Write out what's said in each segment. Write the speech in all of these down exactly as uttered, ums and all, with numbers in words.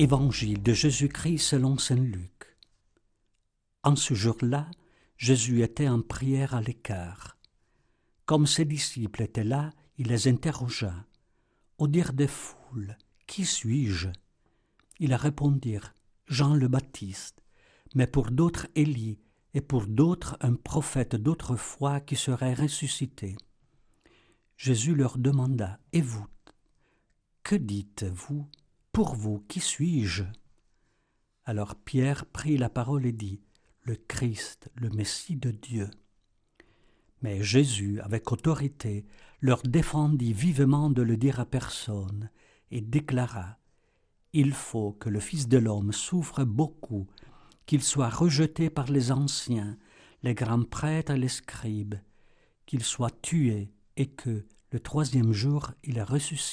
Évangile de Jésus-Christ selon saint Luc. En ce jour-là, Jésus était en prière à l'écart. Comme ses disciples étaient là, il les interrogea. Au dire des foules, « Qui suis-je » Ils répondirent, « Jean le Baptiste, mais pour d'autres Élie, et pour d'autres un prophète d'autrefois qui serait ressuscité. » Jésus leur demanda, « Et vous, que dites-vous ? Pour vous, qui suis-je » Alors Pierre prit la parole et dit, « Le Christ, le Messie de Dieu. » Mais Jésus, avec autorité, leur défendit vivement de le dire à personne et déclara, « Il faut que le Fils de l'homme souffre beaucoup, qu'il soit rejeté par les anciens, les grands prêtres et les scribes, qu'il soit tué et que, le troisième jour, il ressuscite. »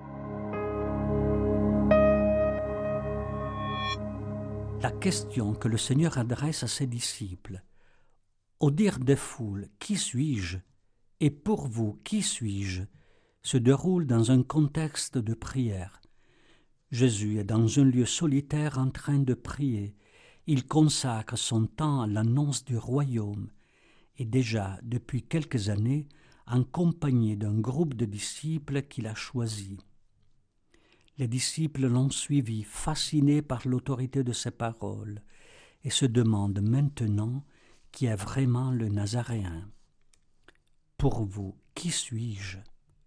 La question que le Seigneur adresse à ses disciples, au dire des foules « Qui suis-je » et pour vous « Qui suis-je » se déroule dans un contexte de prière. Jésus est dans un lieu solitaire en train de prier. Il consacre son temps à l'annonce du royaume et déjà depuis quelques années en compagnie d'un groupe de disciples qu'il a choisis. Les disciples l'ont suivi, fascinés par l'autorité de ses paroles, et se demandent maintenant qui est vraiment le Nazaréen. Pour vous, qui suis-je ?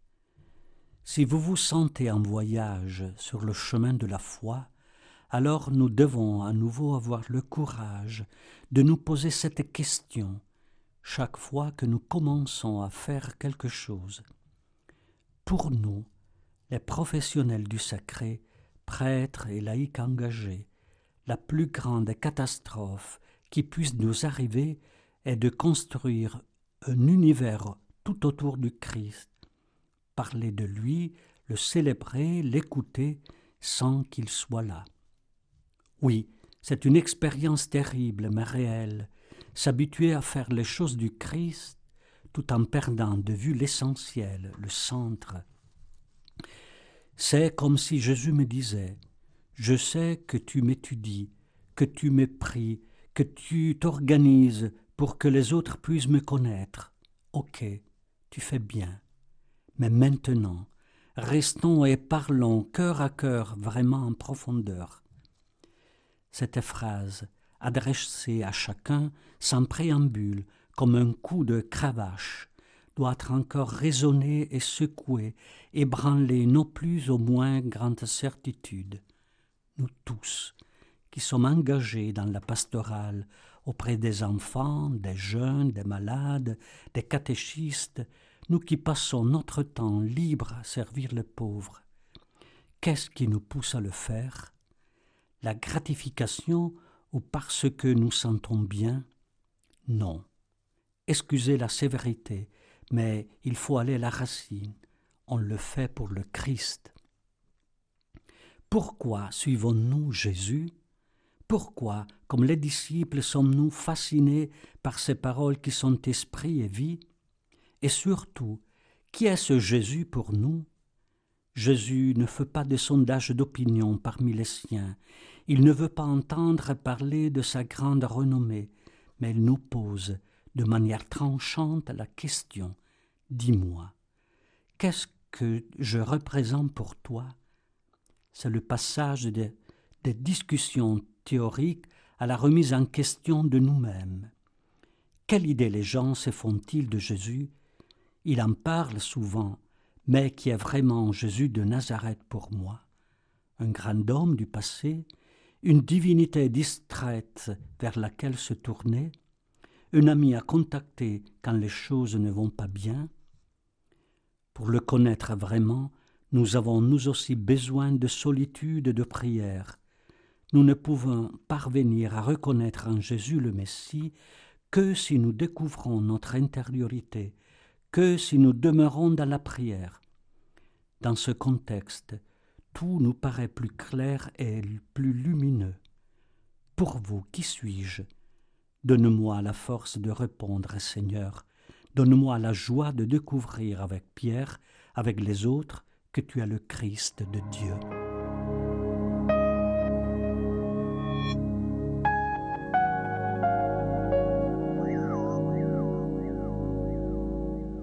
Si vous vous sentez en voyage sur le chemin de la foi, alors nous devons à nouveau avoir le courage de nous poser cette question chaque fois que nous commençons à faire quelque chose. Pour nous, les professionnels du sacré, prêtres et laïcs engagés, la plus grande catastrophe qui puisse nous arriver est de construire un univers tout autour du Christ, parler de lui, le célébrer, l'écouter sans qu'il soit là. Oui, c'est une expérience terrible mais réelle, s'habituer à faire les choses du Christ tout en perdant de vue l'essentiel, le centre. C'est comme si Jésus me disait, « Je sais que tu m'étudies, que tu me pries, que tu t'organises pour que les autres puissent me connaître. Ok, tu fais bien. Mais maintenant, restons et parlons cœur à cœur, vraiment en profondeur. » Cette phrase, adressée à chacun, sans préambule, comme un coup de cravache, doit être encore raisonnée et secouée, ébranler nos plus ou moins grandes certitudes. Nous tous, qui sommes engagés dans la pastorale auprès des enfants, des jeunes, des malades, des catéchistes, nous qui passons notre temps libre à servir les pauvres. Qu'est-ce qui nous pousse à le faire ? La gratification ou parce que nous sentons bien ? Non. Excusez la sévérité, mais il faut aller à la racine. On le fait pour le Christ. Pourquoi suivons-nous Jésus ? Pourquoi, comme les disciples, sommes-nous fascinés par ces paroles qui sont esprit et vie ? Et surtout, qui est ce Jésus pour nous ? Jésus ne fait pas de sondage d'opinion parmi les siens. Il ne veut pas entendre parler de sa grande renommée, mais il nous pose de manière tranchante la question « Dis-moi, qu'est-ce que je représente pour toi ?» C'est le passage des, des discussions théoriques à la remise en question de nous-mêmes. Quelle idée les gens se font-ils de Jésus ? Il en parle souvent, mais qui est vraiment Jésus de Nazareth pour moi ? Un grand homme du passé, une divinité distraite vers laquelle se tourner, un ami à contacter quand les choses ne vont pas bien ? Pour le connaître vraiment, nous avons nous aussi besoin de solitude et de prière. Nous ne pouvons parvenir à reconnaître en Jésus le Messie que si nous découvrons notre intériorité, que si nous demeurons dans la prière. Dans ce contexte, tout nous paraît plus clair et plus lumineux. Pour vous, qui suis-je ? Donne-moi la force de répondre, Seigneur. Donne-moi la joie de découvrir avec Pierre, avec les autres, que tu es le Christ de Dieu.